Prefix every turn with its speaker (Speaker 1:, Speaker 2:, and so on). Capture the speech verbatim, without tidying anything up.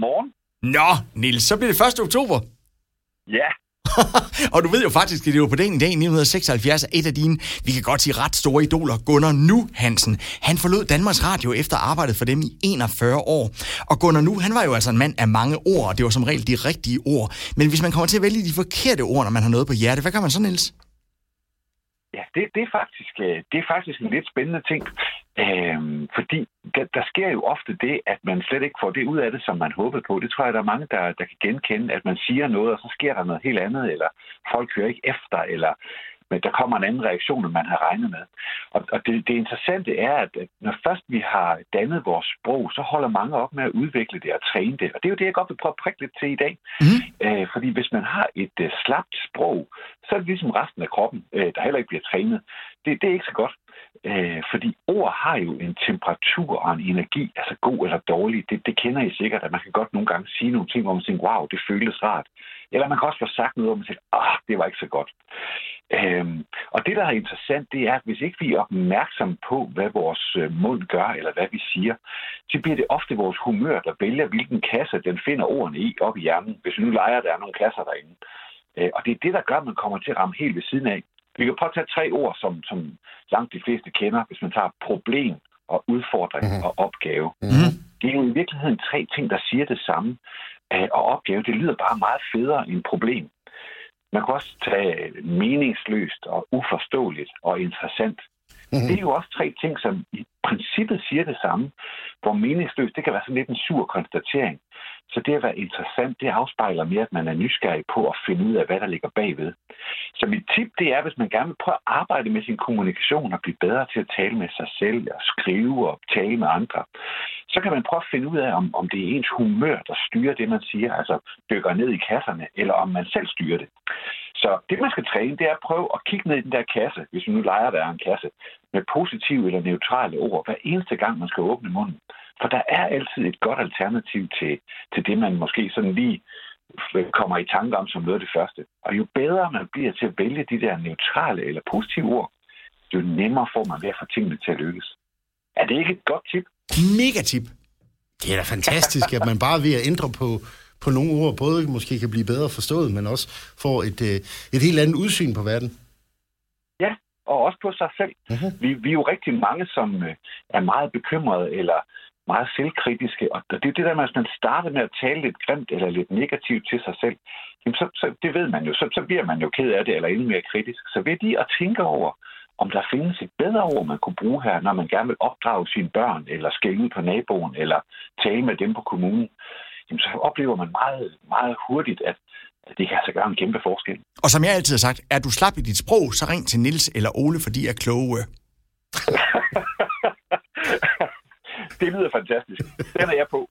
Speaker 1: morgen.
Speaker 2: Nå, Niels, så bliver det første oktober.
Speaker 1: Ja.
Speaker 2: Og du ved jo faktisk, at det var på den i dag, nitten seksoghalvfjerds, et af dine, vi kan godt sige ret store idoler, Gunnar Nu Hansen. Han forlod Danmarks Radio efter arbejdet for dem i enogfyrre år. Og Gunnar Nu, han var jo altså en mand af mange ord, og det var som regel de rigtige ord. Men hvis man kommer til at vælge de forkerte ord, når man har noget på hjerte, hvad gør man så, Niels?
Speaker 1: Ja, det, det, er faktisk, det er faktisk en lidt spændende ting. Øhm, fordi der, der sker jo ofte det, at man slet ikke får det ud af det, som man håbede på. Det tror jeg, der er mange, der, der kan genkende, at man siger noget, og så sker der noget helt andet, eller folk hører ikke efter, eller men der kommer en anden reaktion, end man har regnet med. Og, og det, det interessante er, at når først vi har dannet vores sprog, så holder mange op med at udvikle det og træne det. Og det er jo det, jeg godt vil prøve at prikke lidt til i dag. Mm. Æh, fordi hvis man har et uh, slapt sprog, så er det ligesom resten af kroppen, uh, der heller ikke bliver trænet. Det, det er ikke så godt. Øh, fordi ord har jo en temperatur og en energi, altså god eller dårlig. Det, det kender I sikkert, at man kan godt nogle gange sige nogle ting, hvor man tænker, wow, det føles rart. Eller man kan også få sagt noget, hvor man tænker, ah, det var ikke så godt. Øhm, og det, der er interessant, det er, at hvis ikke vi er opmærksomme på, hvad vores mund gør, eller hvad vi siger, så bliver det ofte vores humør, der vælger, hvilken kasse den finder ordene i op i hjernen, hvis vi nu leger, at der er nogle kasser derinde. Øh, og det er det, der gør, at man kommer til at ramme helt ved siden af. Vi kan prøve at tage tre ord, som, som langt de fleste kender, hvis man tager problem og udfordring mm-hmm. og opgave. Mm-hmm. Det er jo i virkeligheden tre ting, der siger det samme. Og opgave, det lyder bare meget federe end problem. Man kan også tage meningsløst og uforståeligt og interessant. Mm-hmm. Det er jo også tre ting, som i princippet siger det samme. Hvor meningsløst, det kan være sådan lidt en sur konstatering. Så det at være interessant, det afspejler mere, at man er nysgerrig på at finde ud af, hvad der ligger bagved. Så mit tip, det er, hvis man gerne vil prøve at arbejde med sin kommunikation og blive bedre til at tale med sig selv og skrive og tale med andre, så kan man prøve at finde ud af, om, om det er ens humør, der styrer det, man siger, altså dykker ned i kasserne, eller om man selv styrer det. Så det, man skal træne, det er at prøve at kigge ned i den der kasse, hvis man nu leger, der er en kasse, med positive eller neutrale ord, hver eneste gang, man skal åbne munden. For der er altid et godt alternativ til, til det, man måske sådan lige kommer i tanke om som noget af det første. Og jo bedre man bliver til at vælge de der neutrale eller positive ord, jo nemmere får man ved at få tingene til at lykkes. Er det ikke et godt tip?
Speaker 2: Mega tip.
Speaker 3: Det er da fantastisk, at man bare ved at ændre på, på nogle ord, både måske kan blive bedre forstået, men også får et, et helt andet udsyn på verden.
Speaker 1: Ja, og også på sig selv. Uh-huh. Vi, vi er jo rigtig mange, som er meget bekymrede eller meget selvkritiske, og det er det der med, at man starter med at tale lidt grimt eller lidt negativt til sig selv, jamen så, så det ved man jo, så, så bliver man jo ked af det, eller endnu mere kritisk. Så ved de at tænke over, om der findes et bedre ord, man kunne bruge her, når man gerne vil opdrage sine børn, eller skælde ud på naboen, eller tale med dem på kommunen, jamen så oplever man meget, meget hurtigt, at det kan altså gøre en kæmpe forskel.
Speaker 2: Og som jeg altid har sagt, er du slap i dit sprog, så ring til Niels eller Ole, for de er kloge.
Speaker 1: Det lyder fantastisk. Den er jeg på.